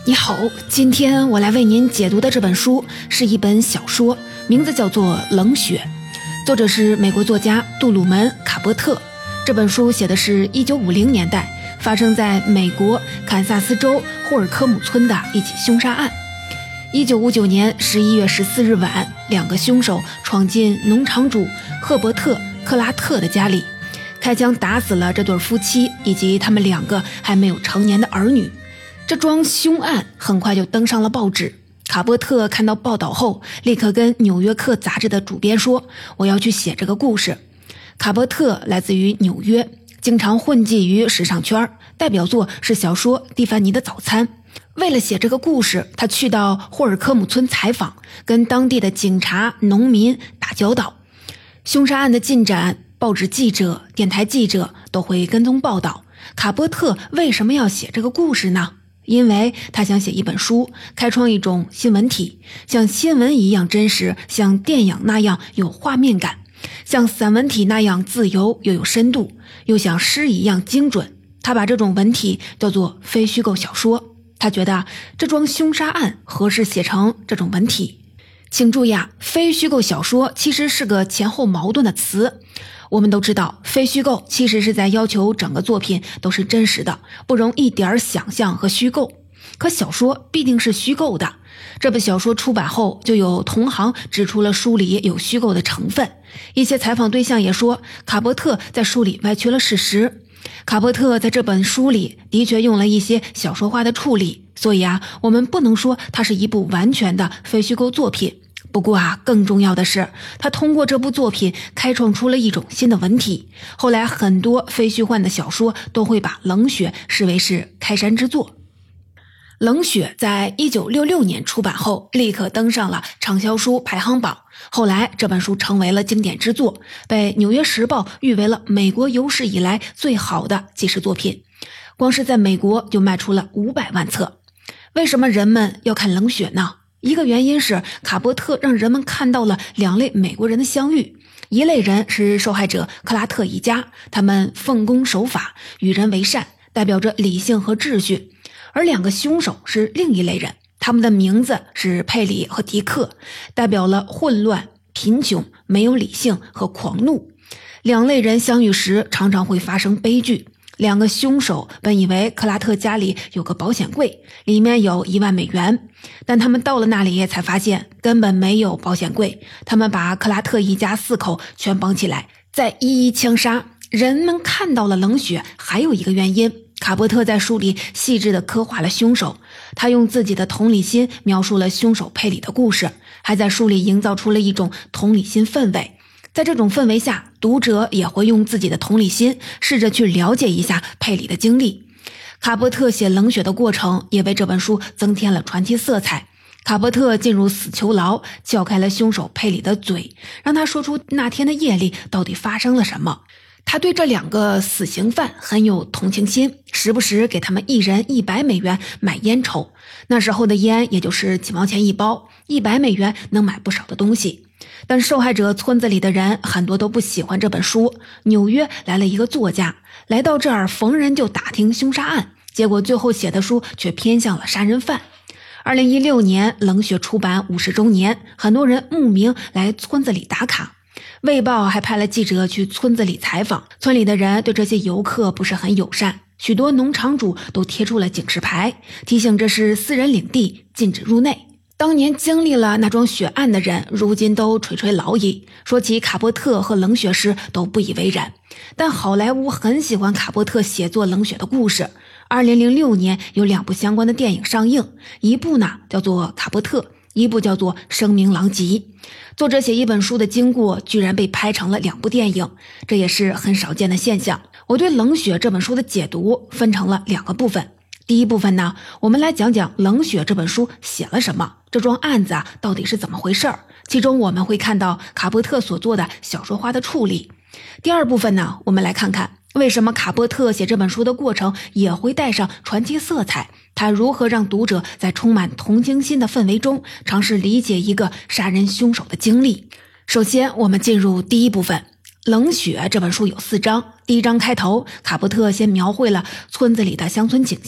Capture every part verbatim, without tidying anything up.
你好，今天我来为您解读的这本书是一本小说，名字叫做《冷血》，作者是美国作家杜鲁门·卡波特。这本书写的是一九五零年代发生在美国堪萨斯州霍尔科姆村的一起凶杀案。一九五九年十一月十四日晚，两个凶手闯进农场主赫伯特·克拉特的家里，开枪打死了这对夫妻以及他们两个还没有成年的儿女。这桩凶案很快就登上了报纸。卡波特看到报道后，立刻跟《纽约客》杂志的主编说：“我要去写这个故事。”卡波特来自于纽约，经常混迹于时尚圈，代表作是小说《蒂凡尼的早餐》。为了写这个故事，他去到霍尔科姆村采访，跟当地的警察、农民打交道。凶杀案的进展，报纸记者、电台记者都会跟踪报道。卡波特为什么要写这个故事呢？因为他想写一本书，开创一种新闻体，像新闻一样真实，像电影那样有画面感，像散文体那样自由又有深度，又像诗一样精准。他把这种文体叫做非虚构小说。他觉得这桩凶杀案合适写成这种文体。请注意啊，非虚构小说其实是个前后矛盾的词。我们都知道，非虚构其实是在要求整个作品都是真实的，不容一点想象和虚构。可小说必定是虚构的。这本小说出版后，就有同行指出了书里有虚构的成分。一些采访对象也说，卡波特在书里歪曲了事实。卡波特在这本书里的确用了一些小说化的处理，所以啊，我们不能说它是一部完全的非虚构作品。不过啊，更重要的是，他通过这部作品开创出了一种新的文体。后来很多非虚幻的小说都会把《冷血》视为是开山之作。《冷血》在一九六六年出版后，立刻登上了畅销书排行榜。后来这本书成为了经典之作，被《纽约时报》誉为了美国有史以来最好的纪实作品。光是在美国就卖出了五百万册。为什么人们要看《冷血》呢？一个原因是卡波特让人们看到了两类美国人的相遇。一类人是受害者克拉特一家，他们奉公守法，与人为善，代表着理性和秩序。而两个凶手是另一类人，他们的名字是佩里和迪克，代表了混乱、贫穷、没有理性和狂怒。两类人相遇时常常会发生悲剧。两个凶手本以为克拉特家里有个保险柜，里面有一万美元，但他们到了那里才发现根本没有保险柜。他们把克拉特一家四口全绑起来，再一一枪杀。人们看到了冷血还有一个原因，卡波特在书里细致地刻画了凶手，他用自己的同理心描述了凶手佩里的故事，还在书里营造出了一种同理心氛围。在这种氛围下，读者也会用自己的同理心试着去了解一下佩里的经历。卡波特写冷血的过程也为这本书增添了传奇色彩。卡波特进入死囚牢，撬开了凶手佩里的嘴，让他说出那天的夜里到底发生了什么。他对这两个死刑犯很有同情心，时不时给他们一人一百美元买烟抽。那时候的烟也就是几毛钱一包，一百美元能买不少的东西。但受害者村子里的人很多都不喜欢这本书。纽约来了一个作家，来到这儿逢人就打听凶杀案，结果最后写的书却偏向了杀人犯。二零一六年《冷血》出版五十周年，很多人慕名来村子里打卡。卫报还派了记者去村子里采访，村里的人对这些游客不是很友善，许多农场主都贴出了警示牌，提醒这是私人领地，禁止入内。当年经历了那桩血案的人，如今都垂垂老矣，说起卡波特和冷血时都不以为然。但好莱坞很喜欢卡波特写作冷血的故事。二零零六年有两部相关的电影上映，一部呢叫做卡波特，一部叫做声名狼藉。作者写一本书的经过居然被拍成了两部电影，这也是很少见的现象。我对冷血这本书的解读分成了两个部分。第一部分呢，我们来讲讲《冷血》这本书写了什么，这桩案子啊到底是怎么回事儿。其中我们会看到卡波特所做的小说化的处理。第二部分呢，我们来看看为什么卡波特写这本书的过程也会带上传奇色彩，他如何让读者在充满同情心的氛围中尝试理解一个杀人凶手的经历。首先，我们进入第一部分。冷血这本书有四章，第一章开头，卡波特先描绘了村子里的乡村景象，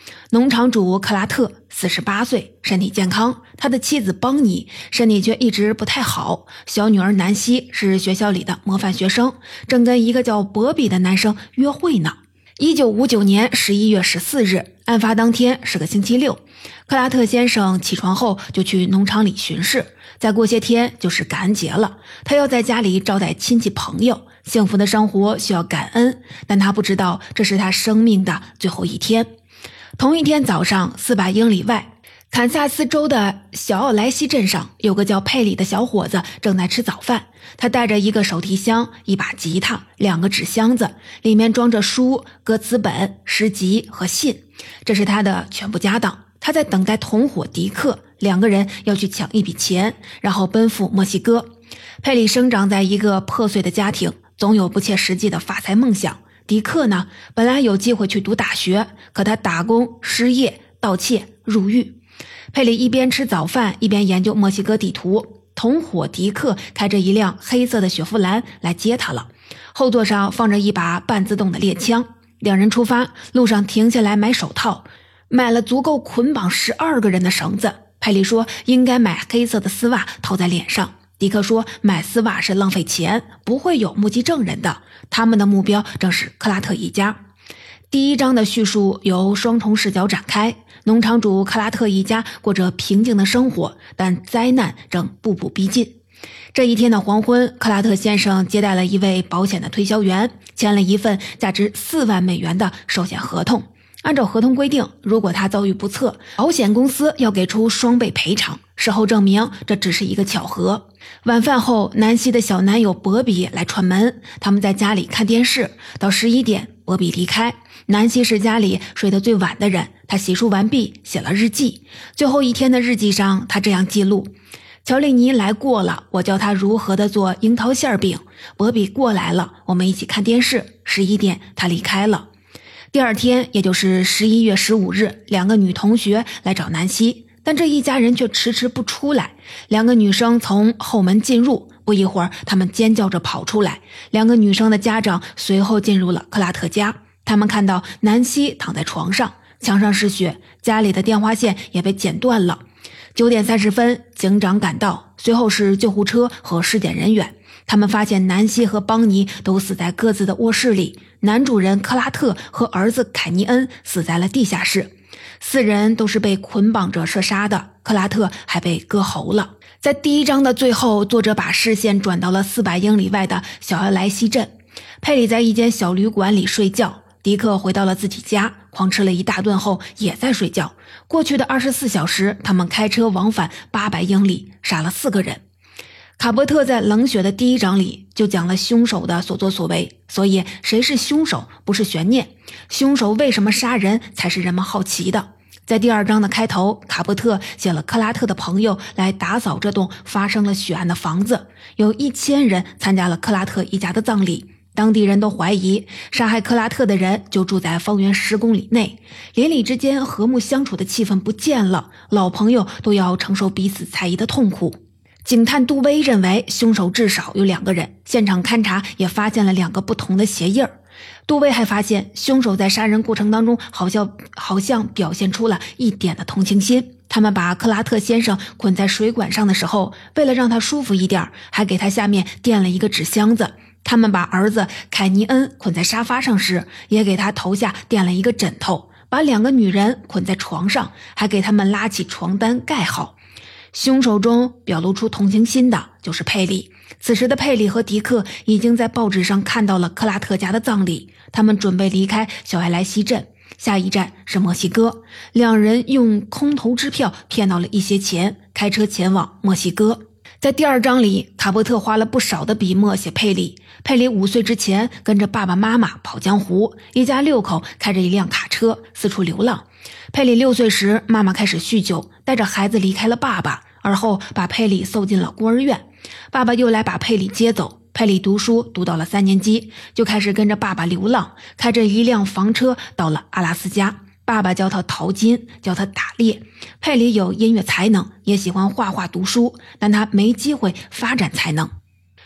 农场主克拉特四十八岁，身体健康，他的妻子邦尼身体却一直不太好。小女儿南希是学校里的模范学生，正跟一个叫博比的男生约会呢。一九五九年十一月十四日，案发当天是个星期六。克拉特先生起床后就去农场里巡视，再过些天就是感恩节了，他要在家里招待亲戚朋友。幸福的生活需要感恩，但他不知道这是他生命的最后一天。同一天早上，四百英里外堪萨斯州的小奥莱西镇上，有个叫佩里的小伙子正在吃早饭。他带着一个手提箱、一把吉他、两个纸箱子，里面装着书、歌词本、诗集和信，这是他的全部家当。他在等待同伙迪克，两个人要去抢一笔钱，然后奔赴墨西哥。佩里生长在一个破碎的家庭，总有不切实际的发财梦想。迪克呢，本来有机会去读大学，可他打工、失业、盗窃、入狱。佩里一边吃早饭，一边研究墨西哥地图。同伙迪克开着一辆黑色的雪佛兰来接他了，后座上放着一把半自动的猎枪。两人出发，路上停下来买手套，买了足够捆绑十二个人的绳子。佩里说应该买黑色的丝袜套在脸上。迪克说买丝袜是浪费钱，不会有目击证人的。他们的目标正是克拉特一家。第一章的叙述由双重视角展开，农场主克拉特一家过着平静的生活，但灾难正步步逼近。这一天的黄昏，克拉特先生接待了一位保险的推销员，签了一份价值四万美元的寿险合同。按照合同规定，如果他遭遇不测，保险公司要给出双倍赔偿。事后证明这只是一个巧合。晚饭后，南希的小男友博比来串门，他们在家里看电视，到十一点博比离开。南希是家里睡得最晚的人，他洗漱完毕，写了日记。最后一天的日记上，他这样记录：乔丽妮来过了，我教她如何的做樱桃馅饼。博比过来了，我们一起看电视。十一点，他离开了。第二天，也就是十一月十五日，两个女同学来找南希，但这一家人却迟迟不出来。两个女生从后门进入，不一会儿，她们尖叫着跑出来。两个女生的家长随后进入了克拉特家，他们看到南希躺在床上，墙上是血，家里的电话线也被剪断了。九点三十分，警长赶到，随后是救护车和尸检人员。他们发现南希和邦尼都死在各自的卧室里，男主人克拉特和儿子凯尼恩死在了地下室。四人都是被捆绑着射杀的，克拉特还被割喉了。在第一章的最后，作者把视线转到了四百英里外的小奥莱西镇。佩里在一间小旅馆里睡觉，迪克回到了自己家，狂吃了一大顿后也在睡觉。过去的二十四小时，他们开车往返八百英里，杀了四个人。卡伯特在冷血的第一章里就讲了凶手的所作所为，所以谁是凶手不是悬念，凶手为什么杀人才是人们好奇的。在第二章的开头，卡伯特写了克拉特的朋友来打扫这栋发生了血案的房子，有一千人参加了克拉特一家的葬礼。当地人都怀疑杀害克拉特的人就住在方圆十公里内，邻里之间和睦相处的气氛不见了，老朋友都要承受彼此猜疑的痛苦。警探杜威认为凶手至少有两个人，现场勘查也发现了两个不同的鞋印儿。杜威还发现凶手在杀人过程当中好像好像表现出了一点的同情心。他们把克拉特先生捆在水管上的时候，为了让他舒服一点，还给他下面垫了一个纸箱子。他们把儿子凯尼恩捆在沙发上时，也给他头下垫了一个枕头。把两个女人捆在床上，还给他们拉起床单盖好。凶手中表露出同情心的就是佩里。此时的佩里和迪克已经在报纸上看到了克拉特家的葬礼，他们准备离开小艾莱西镇，下一站是墨西哥。两人用空头支票骗到了一些钱，开车前往墨西哥。在第二章里，卡伯特花了不少的笔墨写佩里。佩里五岁之前跟着爸爸妈妈跑江湖，一家六口开着一辆卡车四处流浪。佩里六岁时，妈妈开始酗酒，带着孩子离开了爸爸，而后把佩里送进了孤儿院。爸爸又来把佩里接走。佩里读书读到了三年级，就开始跟着爸爸流浪，开着一辆房车到了阿拉斯加。爸爸教他淘金，教他打猎。佩里有音乐才能，也喜欢画画读书，但他没机会发展才能。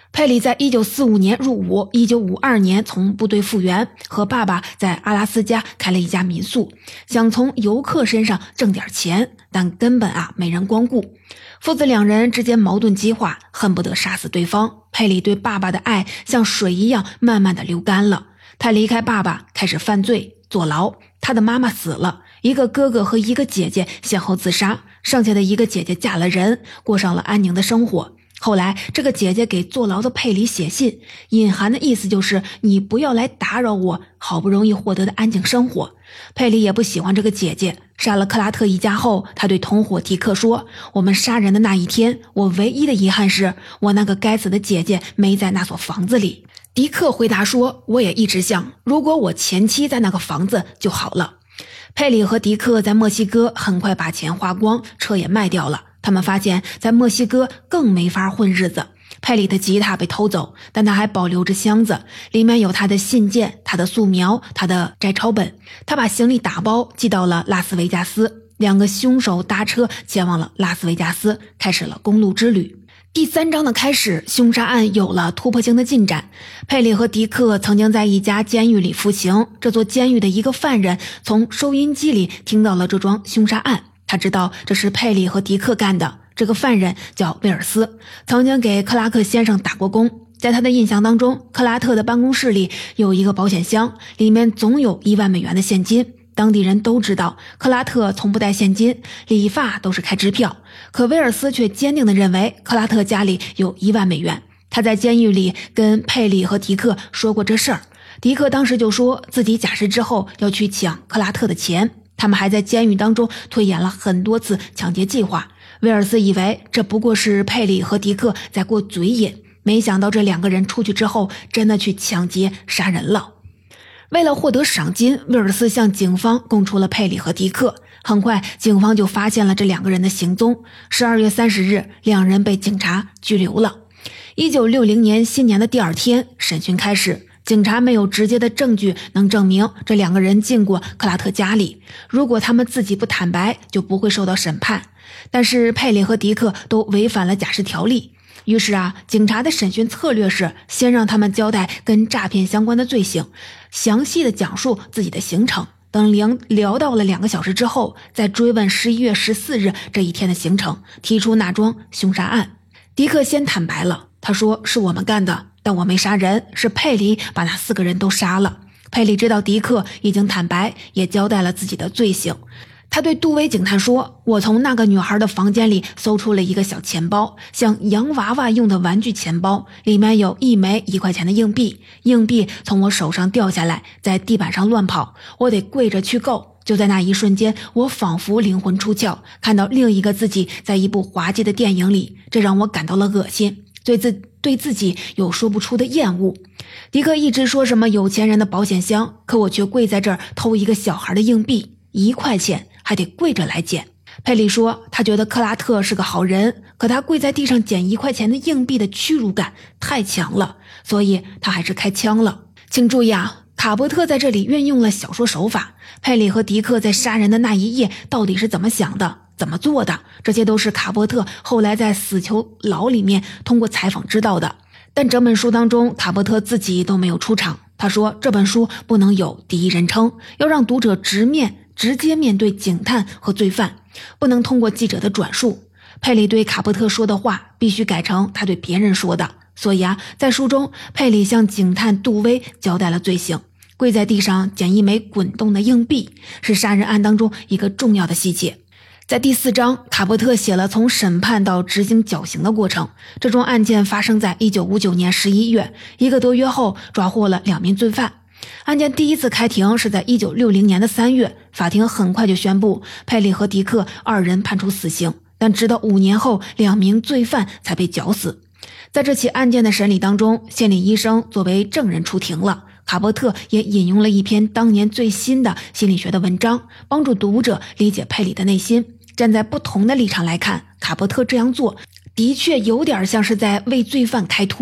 佩里在一九四五年入伍，一九五二年从部队复员，和爸爸在阿拉斯加开了一家民宿，想从游客身上挣点钱，但根本啊没人光顾。父子两人之间矛盾激化，恨不得杀死对方。佩里对爸爸的爱像水一样慢慢的流干了。他离开爸爸，开始犯罪坐牢。他的妈妈死了，一个哥哥和一个姐姐先后自杀，剩下的一个姐姐嫁了人，过上了安宁的生活。后来这个姐姐给坐牢的佩里写信，隐含的意思就是你不要来打扰我好不容易获得的安静生活。佩里也不喜欢这个姐姐，杀了克拉特一家后，他对同伙迪克说，我们杀人的那一天，我唯一的遗憾是我那个该死的姐姐没在那所房子里。迪克回答说，我也一直想，如果我前妻在那个房子就好了。佩里和迪克在墨西哥很快把钱花光，车也卖掉了。他们发现在墨西哥更没法混日子。佩里的吉他被偷走，但他还保留着箱子，里面有他的信件、他的素描、他的摘抄本。他把行李打包寄到了拉斯维加斯，两个凶手搭车前往了拉斯维加斯，开始了公路之旅。第三章的开始，凶杀案有了突破性的进展。佩里和迪克曾经在一家监狱里服刑，这座监狱的一个犯人从收音机里听到了这桩凶杀案，他知道这是佩里和迪克干的。这个犯人叫威尔斯，曾经给克拉克先生打过工。在他的印象当中，克拉特的办公室里有一个保险箱，里面总有一万美元的现金。当地人都知道克拉特从不带现金，理发都是开支票，可威尔斯却坚定地认为克拉特家里有一万美元。他在监狱里跟佩里和迪克说过这事儿，迪克当时就说自己假释之后要去抢克拉特的钱。他们还在监狱当中推演了很多次抢劫计划。威尔斯以为这不过是佩里和迪克在过嘴瘾，没想到这两个人出去之后真的去抢劫杀人了。为了获得赏金，威尔斯向警方供出了佩里和迪克。很快警方就发现了这两个人的行踪。十二月三十日，两人被警察拘留了。一九六零年新年的第二天，审讯开始。警察没有直接的证据能证明这两个人进过克拉特家里，如果他们自己不坦白，就不会受到审判。但是佩里和迪克都违反了假释条例，于是啊，警察的审讯策略是先让他们交代跟诈骗相关的罪行，详细的讲述自己的行程。等聊聊到了两个小时之后，再追问十一月十四日这一天的行程，提出那桩凶杀案。迪克先坦白了，他说是我们干的，但我没杀人，是佩里把那四个人都杀了。佩里知道迪克已经坦白，也交代了自己的罪行。他对杜威警探说，我从那个女孩的房间里搜出了一个小钱包，像洋娃娃用的玩具钱包，里面有一枚一块钱的硬币，硬币从我手上掉下来，在地板上乱跑，我得跪着去够。就在那一瞬间，我仿佛灵魂出窍，看到另一个自己在一部滑稽的电影里，这让我感到了恶心，对自对自己有说不出的厌恶。迪克一直说什么有钱人的保险箱，可我却跪在这儿偷一个小孩的硬币，一块钱还得跪着来捡。佩里说他觉得克拉特是个好人，可他跪在地上捡一块钱的硬币的屈辱感太强了，所以他还是开枪了。请注意啊，卡伯特在这里运用了小说手法。佩里和迪克在杀人的那一夜到底是怎么想的，怎么做的，这些都是卡伯特后来在死囚牢里面通过采访知道的。但整本书当中卡伯特自己都没有出场。他说这本书不能有第一人称，要让读者直面直接面对警探和罪犯，不能通过记者的转述。佩里对卡伯特说的话必须改成他对别人说的，所以啊，在书中佩里向警探杜威交代了罪行。跪在地上捡一枚滚动的硬币是杀人案当中一个重要的细节。在第四章，卡伯特写了从审判到执行绞刑的过程。这桩案件发生在一九五九年十一月，一个多月后抓获了两名罪犯。案件第一次开庭是在一九六零年的三月，法庭很快就宣布佩里和迪克二人判处死刑，但直到五年后，两名罪犯才被绞死。在这起案件的审理当中，心理医生作为证人出庭了。卡伯特也引用了一篇当年最新的心理学的文章，帮助读者理解佩里的内心。站在不同的立场来看，卡伯特这样做的确有点像是在为罪犯开脱。卡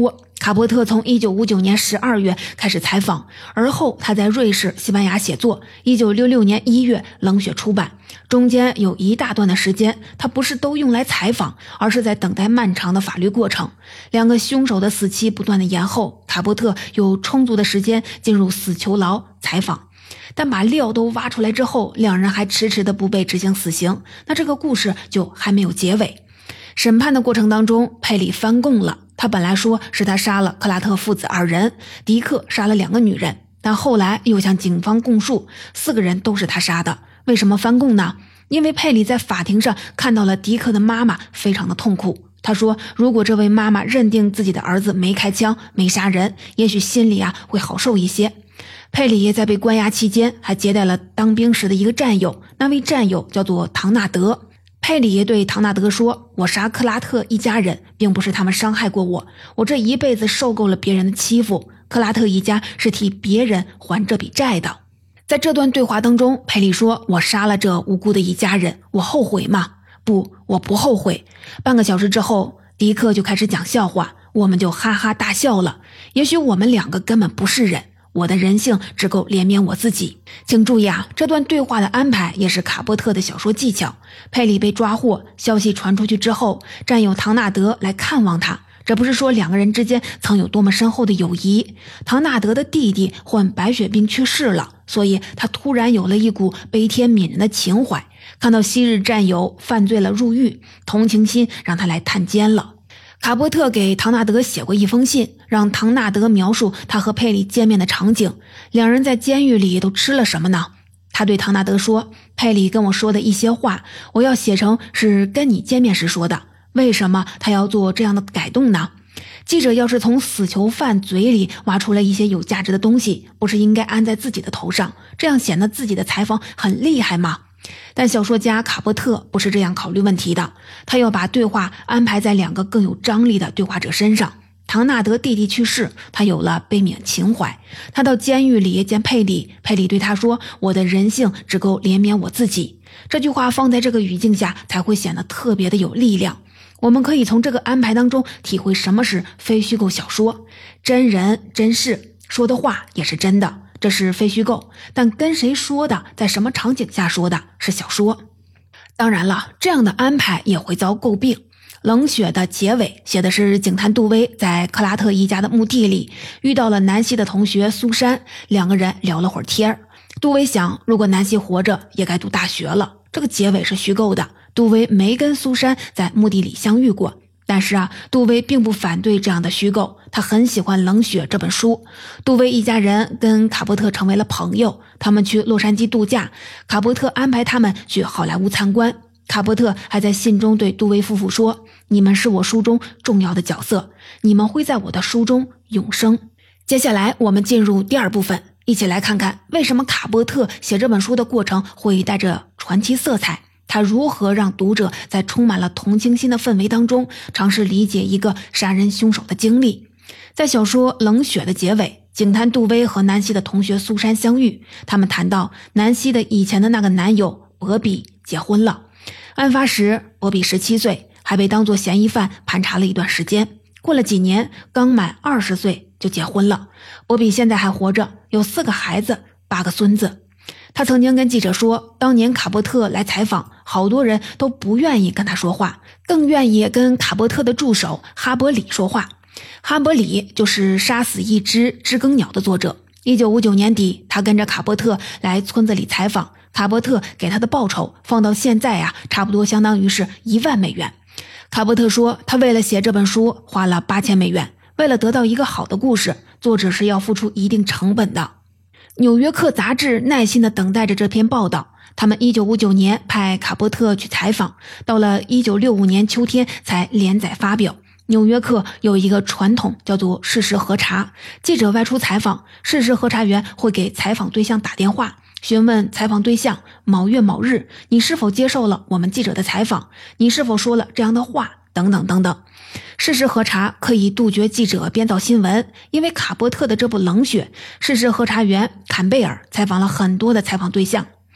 卡波特从一九五九年十二月开始采访，而后他在瑞士、西班牙写作。一九六六年一月，《冷血》出版。中间有一大段的时间，他不是都用来采访，而是在等待漫长的法律过程。两个凶手的死期不断的延后，卡波特有充足的时间进入死囚牢采访。但把料都挖出来之后，两人还迟迟的不被执行死刑，那这个故事就还没有结尾。审判的过程当中，佩里翻供了。他本来说是他杀了克拉特父子二人，迪克杀了两个女人，但后来又向警方供述四个人都是他杀的。为什么翻供呢？因为佩里在法庭上看到了迪克的妈妈非常的痛苦。他说如果这位妈妈认定自己的儿子没开枪没杀人，也许心里啊会好受一些。佩里在被关押期间还接待了当兵时的一个战友，那位战友叫做唐纳德。佩里对唐纳德说，我杀克拉特一家人并不是他们伤害过我，我这一辈子受够了别人的欺负，克拉特一家是替别人还这笔债的。在这段对话当中，佩里说，我杀了这无辜的一家人，我后悔吗？不，我不后悔。半个小时之后，迪克就开始讲笑话，我们就哈哈大笑了。也许我们两个根本不是人，我的人性只够怜悯我自己。请注意啊，这段对话的安排也是卡波特的小说技巧。佩里被抓获，消息传出去之后，战友唐纳德来看望他，这不是说两个人之间曾有多么深厚的友谊。唐纳德的弟弟患白血病去世了，所以他突然有了一股悲天悯人的情怀，看到昔日战友犯罪了入狱，同情心让他来探监了。卡波特给唐纳德写过一封信，让唐纳德描述他和佩里见面的场景，两人在监狱里都吃了什么呢？他对唐纳德说，佩里跟我说的一些话，我要写成是跟你见面时说的。为什么他要做这样的改动呢？记者要是从死囚犯嘴里挖出来一些有价值的东西，不是应该安在自己的头上，这样显得自己的采访很厉害吗？但小说家卡波特不是这样考虑问题的，他要把对话安排在两个更有张力的对话者身上。唐纳德弟弟去世，他有了悲悯情怀，他到监狱里见佩里，佩里对他说，我的人性只够怜悯我自己。这句话放在这个语境下才会显得特别的有力量。我们可以从这个安排当中体会什么是非虚构小说，真人真事，说的话也是真的，这是非虚构，但跟谁说的，在什么场景下说的，是小说。当然了，这样的安排也会遭诟病。冷血的结尾写的是警探杜威在克拉特一家的墓地里遇到了南希的同学苏珊，两个人聊了会儿天。杜威想，如果南希活着也该读大学了，这个结尾是虚构的，杜威没跟苏珊在墓地里相遇过。但是啊，杜威并不反对这样的虚构，他很喜欢《冷血》这本书。杜威一家人跟卡波特成为了朋友，他们去洛杉矶度假，卡波特安排他们去好莱坞参观。卡波特还在信中对杜威夫妇说，你们是我书中重要的角色，你们会在我的书中永生。接下来我们进入第二部分，一起来看看为什么卡波特写这本书的过程会带着传奇色彩，他如何让读者在充满了同情心的氛围当中尝试理解一个杀人凶手的经历。在小说《冷血》的结尾，警探杜威和南希的同学苏珊相遇，他们谈到南希的以前的那个男友博比结婚了。案发时博比十七岁，还被当作嫌疑犯盘查了一段时间，过了几年刚满二十岁就结婚了。博比现在还活着，有四个孩子八个孙子。他曾经跟记者说，当年卡波特来采访，好多人都不愿意跟他说话，更愿意跟卡波特的助手哈伯里说话。哈伯里就是杀死一只知更鸟的作者。一九五九年底，他跟着卡波特来村子里采访，卡波特给他的报酬放到现在啊，差不多相当于是一万美元。卡波特说，他为了写这本书花了八千美元，为了得到一个好的故事，作者是要付出一定成本的。纽约客杂志耐心地等待着这篇报道，他们一九五九年派卡波特去采访，到了一九六五年秋天才连载发表。纽约客有一个传统叫做事实核查，记者外出采访，事实核查员会给采访对象打电话，询问采访对象某月某日你是否接受了我们记者的采访，你是否说了这样的话，等等等等。事实核查可以杜绝记者编造新闻，因为卡波特的这部《冷血》，事实核查员坎贝尔采访了很多的采访对象。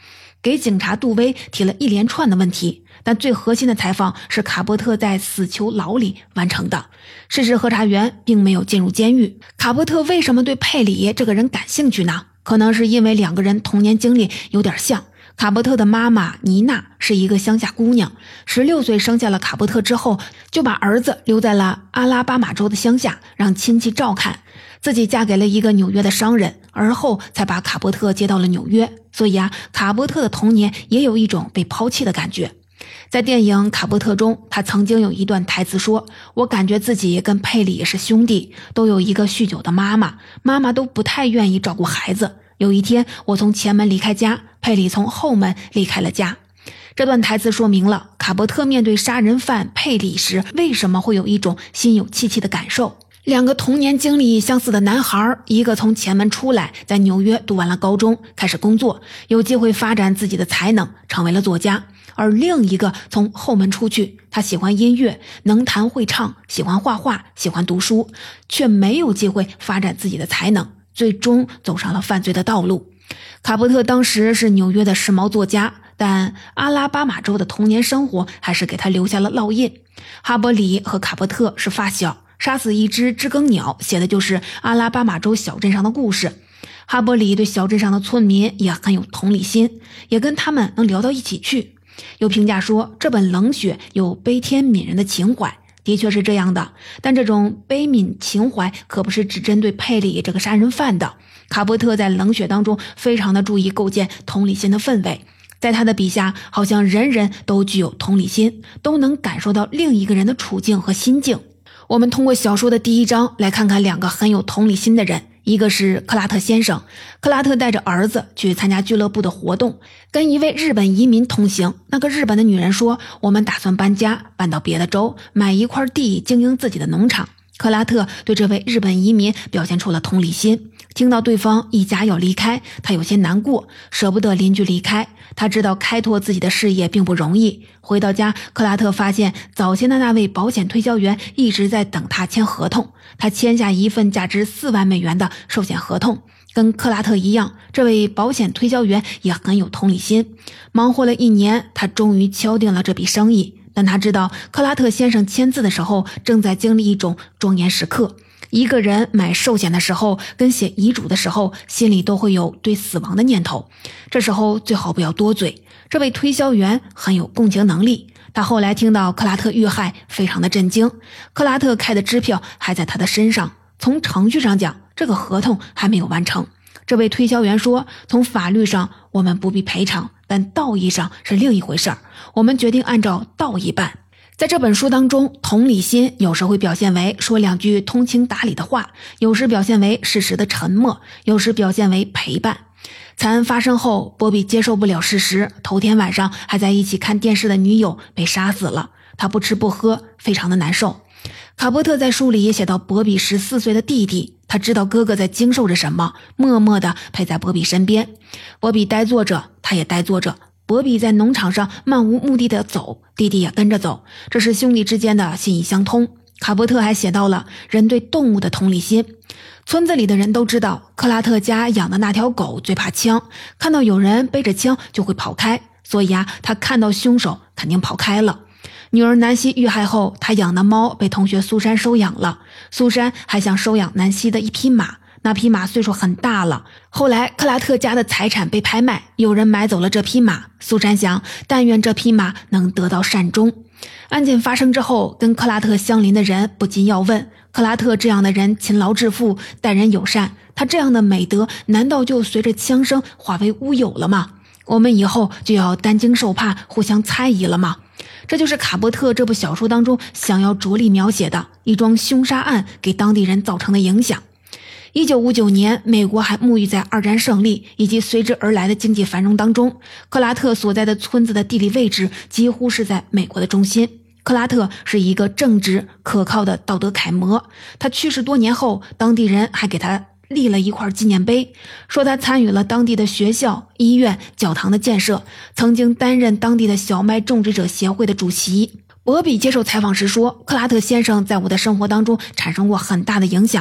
给警察杜威提了一连串的问题，但最核心的采访是卡伯特在死囚牢里完成的。事实核查员并没有进入监狱。卡伯特为什么对佩里这个人感兴趣呢？可能是因为两个人童年经历有点像。卡伯特的妈妈妮娜是一个乡下姑娘，十六岁生下了卡伯特之后，就把儿子留在了阿拉巴马州的乡下，让亲戚照看，自己嫁给了一个纽约的商人，而后才把卡伯特接到了纽约。所以啊，卡伯特的童年也有一种被抛弃的感觉。在电影《卡伯特》中，他曾经有一段台词说，我感觉自己跟佩里是兄弟，都有一个酗酒的妈妈，妈妈都不太愿意照顾孩子。有一天我从前门离开家，佩里从后门离开了家。这段台词说明了卡伯特面对杀人犯佩里时为什么会有一种心有戚戚的感受。两个童年经历相似的男孩，一个从前门出来，在纽约读完了高中，开始工作，有机会发展自己的才能，成为了作家。而另一个从后门出去，他喜欢音乐，能弹会唱，喜欢画画，喜欢读书，却没有机会发展自己的才能，最终走上了犯罪的道路。卡伯特当时是纽约的时髦作家，但阿拉巴马州的童年生活还是给他留下了烙印。哈伯里和卡伯特是发小，杀死一只知更鸟写的就是阿拉巴马州小镇上的故事。哈伯里对小镇上的村民也很有同理心，也跟他们能聊到一起去。有评价说，这本《冷血》有悲天悯人的情怀，的确是这样的，但这种悲悯情怀可不是只针对佩里这个杀人犯的。卡伯特在《冷血》当中非常的注意构建同理心的氛围，在他的笔下，好像人人都具有同理心，都能感受到另一个人的处境和心境。我们通过小说的第一章来看看两个很有同理心的人，一个是克拉特先生。克拉特带着儿子去参加俱乐部的活动，跟一位日本移民同行。那个日本的女人说，我们打算搬家，搬到别的州，买一块地经营自己的农场。克拉特对这位日本移民表现出了同理心，听到对方一家要离开，他有些难过，舍不得邻居离开。他知道开拓自己的事业并不容易。回到家，克拉特发现早先的那位保险推销员一直在等他签合同，他签下一份价值四万美元的寿险合同。跟克拉特一样，这位保险推销员也很有同理心。忙活了一年，他终于敲定了这笔生意。但他知道克拉特先生签字的时候正在经历一种庄严时刻。一个人买寿险的时候跟写遗嘱的时候，心里都会有对死亡的念头，这时候最好不要多嘴。这位推销员很有共情能力，他后来听到克拉特遇害非常的震惊。克拉特开的支票还在他的身上，从程序上讲，这个合同还没有完成。这位推销员说，从法律上我们不必赔偿，但道义上是另一回事儿，我们决定按照道义办。在这本书当中，同理心有时会表现为说两句通情达理的话，有时表现为适时的沉默，有时表现为陪伴。惨案发生后，波比接受不了事实，头天晚上还在一起看电视的女友被杀死了，他不吃不喝，非常的难受。卡伯特在书里也写到波比十四岁的弟弟，他知道哥哥在经受着什么，默默地陪在波比身边。波比呆坐着，他也呆坐着。波比在农场上漫无目的地走，弟弟也跟着走，这是兄弟之间的心意相通。卡伯特还写到了人对动物的同理心。村子里的人都知道，克拉特家养的那条狗最怕枪，看到有人背着枪就会跑开，所以啊，他看到凶手肯定跑开了。女儿南希遇害后，他养的猫被同学苏珊收养了，苏珊还想收养南希的一匹马，那匹马岁数很大了。后来克拉特家的财产被拍卖，有人买走了这匹马，苏珊想，但愿这匹马能得到善终。案件发生之后，跟克拉特相邻的人不禁要问，克拉特这样的人勤劳致富，待人友善，他这样的美德难道就随着枪声化为乌有了吗？我们以后就要担惊受怕，互相猜疑了吗？这就是卡伯特这部小说当中想要着力描写的一桩凶杀案给当地人造成的影响。一九五九年，美国还沐浴在二战胜利以及随之而来的经济繁荣当中，克拉特所在的村子的地理位置几乎是在美国的中心。克拉特是一个正直可靠的道德楷模，他去世多年后，当地人还给他立了一块纪念碑，说他参与了当地的学校、医院、教堂的建设，曾经担任当地的小麦种植者协会的主席。博比接受采访时说，克拉特先生在我的生活当中产生过很大的影响，他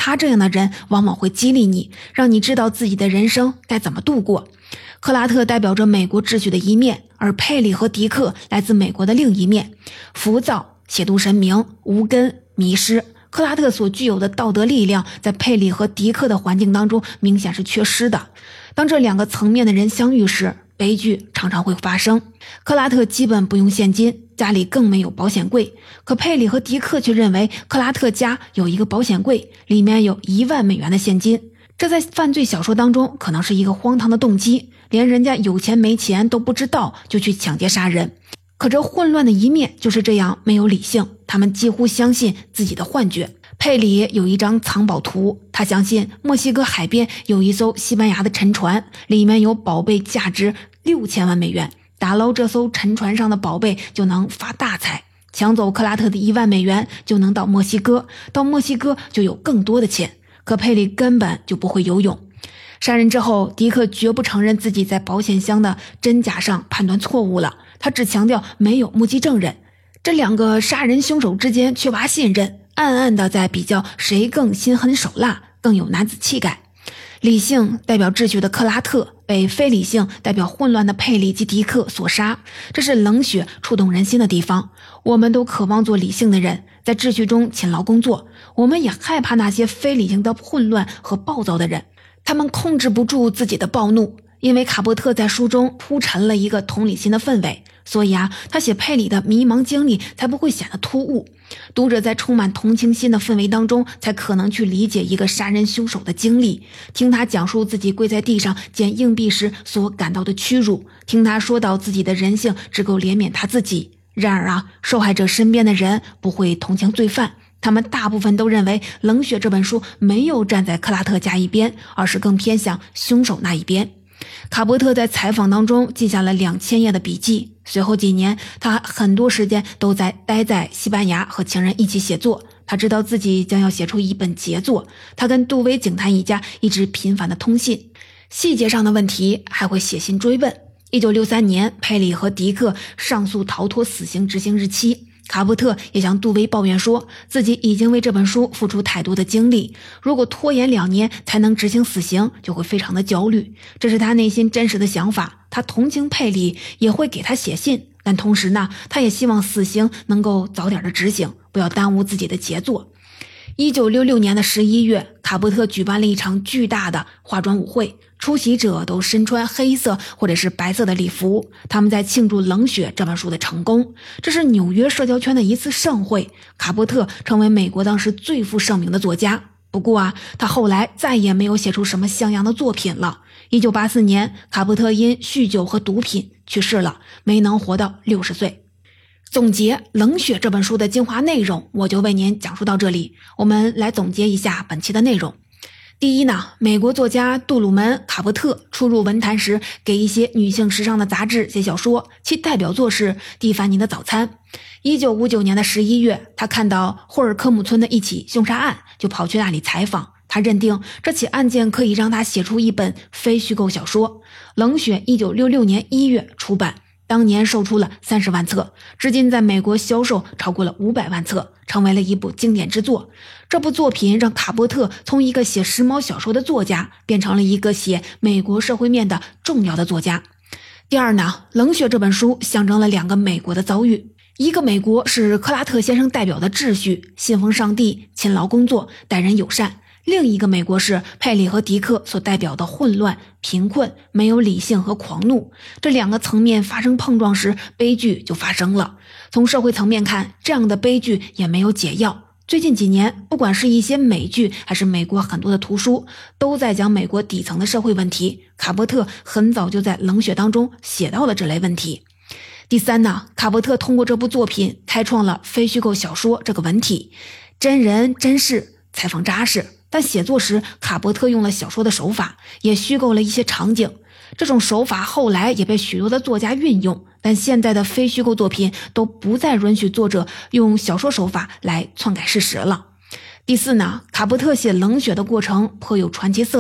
他这样的人往往会激励你，让你知道自己的人生该怎么度过。克拉特代表着美国秩序的一面，而佩里和迪克来自美国的另一面，浮躁、亵渎神明、无根、迷失。克拉特所具有的道德力量在佩里和迪克的环境当中明显是缺失的。当这两个层面的人相遇时，悲剧常常会发生。克拉特基本不用现金，家里更没有保险柜，可佩里和迪克却认为克拉特家有一个保险柜，里面有一万美元的现金。这在犯罪小说当中可能是一个荒唐的动机，连人家有钱没钱都不知道就去抢劫杀人。可这混乱的一面就是这样没有理性，他们几乎相信自己的幻觉。佩里有一张藏宝图，他相信墨西哥海边有一艘西班牙的沉船，里面有宝贝价值六千万美元，打捞这艘沉船上的宝贝就能发大财，抢走克拉特的一万美元就能到墨西哥，到墨西哥就有更多的钱。可佩里根本就不会游泳。杀人之后，迪克绝不承认自己在保险箱的真假上判断错误了，他只强调没有目击证人。这两个杀人凶手之间缺乏信任，暗暗的在比较谁更心狠手辣，更有男子气概。理性代表秩序的克拉特被非理性代表混乱的佩里及迪克所杀，这是冷血触动人心的地方。我们都渴望做理性的人，在秩序中勤劳工作，我们也害怕那些非理性的混乱和暴躁的人，他们控制不住自己的暴怒。因为卡伯特在书中铺陈了一个同理心的氛围，所以啊，他写佩里的迷茫经历才不会显得突兀。读者在充满同情心的氛围当中，才可能去理解一个杀人凶手的经历，听他讲述自己跪在地上捡硬币时所感到的屈辱，听他说到自己的人性只够怜悯他自己。然而啊，受害者身边的人不会同情罪犯，他们大部分都认为《冷血》这本书没有站在克拉特家一边，而是更偏向凶手那一边。卡伯特在采访当中记下了两千页的笔记，随后几年他很多时间都在待在西班牙和情人一起写作。他知道自己将要写出一本杰作，他跟杜威警探一家一直频繁的通信，细节上的问题还会写信追问。一九六三年，佩里和迪克上诉逃脱死刑执行日期，卡伯特也向杜威抱怨说，自己已经为这本书付出太多的精力，如果拖延两年才能执行死刑，就会非常的焦虑。这是他内心真实的想法，他同情佩里，也会给他写信，但同时呢，他也希望死刑能够早点的执行，不要耽误自己的杰作。一九六六年的十一月，卡伯特举办了一场巨大的化妆舞会，出席者都身穿黑色或者是白色的礼服，他们在庆祝《冷血》这本书的成功。这是纽约社交圈的一次盛会，卡伯特成为美国当时最负盛名的作家。不过啊，他后来再也没有写出什么像样的作品了。一九八四年，卡伯特因酗酒和毒品去世了，没能活到六十岁。总结《冷血》这本书的精华内容，我就为您讲述到这里。我们来总结一下本期的内容。第一呢，美国作家杜鲁门·卡伯特初入文坛时，给一些女性时尚的杂志写小说，其代表作是《蒂凡尼的早餐》。一九五九年的十一月，他看到霍尔科姆村的一起凶杀案，就跑去那里采访。他认定这起案件可以让他写出一本非虚构小说。《冷血》一九六六年一月出版，当年售出了三十万册，至今在美国销售超过了五百万册，成为了一部经典之作。这部作品让卡伯特从一个写时髦小说的作家变成了一个写美国社会面的重要的作家。第二呢，《冷血》这本书象征了两个美国的遭遇。一个美国是克拉特先生代表的秩序，信奉上帝，勤劳工作，待人友善；另一个美国是佩里和迪克所代表的混乱、贫困，没有理性和狂怒。这两个层面发生碰撞时，悲剧就发生了。从社会层面看，这样的悲剧也没有解药。最近几年，不管是一些美剧还是美国很多的图书，都在讲美国底层的社会问题。卡伯特很早就在《冷血》当中写到了这类问题。第三呢，卡伯特通过这部作品开创了非虚构小说这个文体，真人真事，采访扎实。但写作时，卡伯特用了小说的手法，也虚构了一些场景。这种手法后来也被许多的作家运用，但现在的非虚构作品都不再允许作者用小说手法来篡改事实了。第四呢，卡伯特写《冷血》的过程颇有传奇色彩，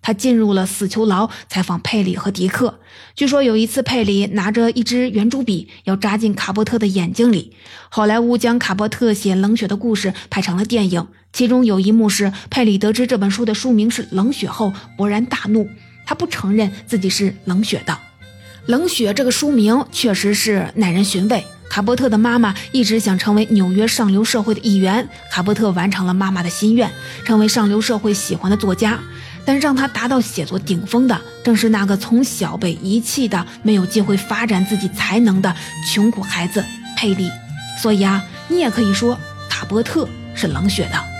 他进入了死囚牢采访佩里和迪克。据说有一次佩里拿着一支圆珠笔要扎进卡波特的眼睛里。好莱坞将卡波特写冷血的故事拍成了电影，其中有一幕是佩里得知这本书的书名是冷血后勃然大怒，他不承认自己是冷血的。冷血这个书名确实是耐人寻味。卡波特的妈妈一直想成为纽约上流社会的一员，卡波特完成了妈妈的心愿，成为上流社会喜欢的作家。但让他达到写作顶峰的，正是那个从小被遗弃的、没有机会发展自己才能的穷苦孩子佩里。所以啊，你也可以说卡波特是冷血的。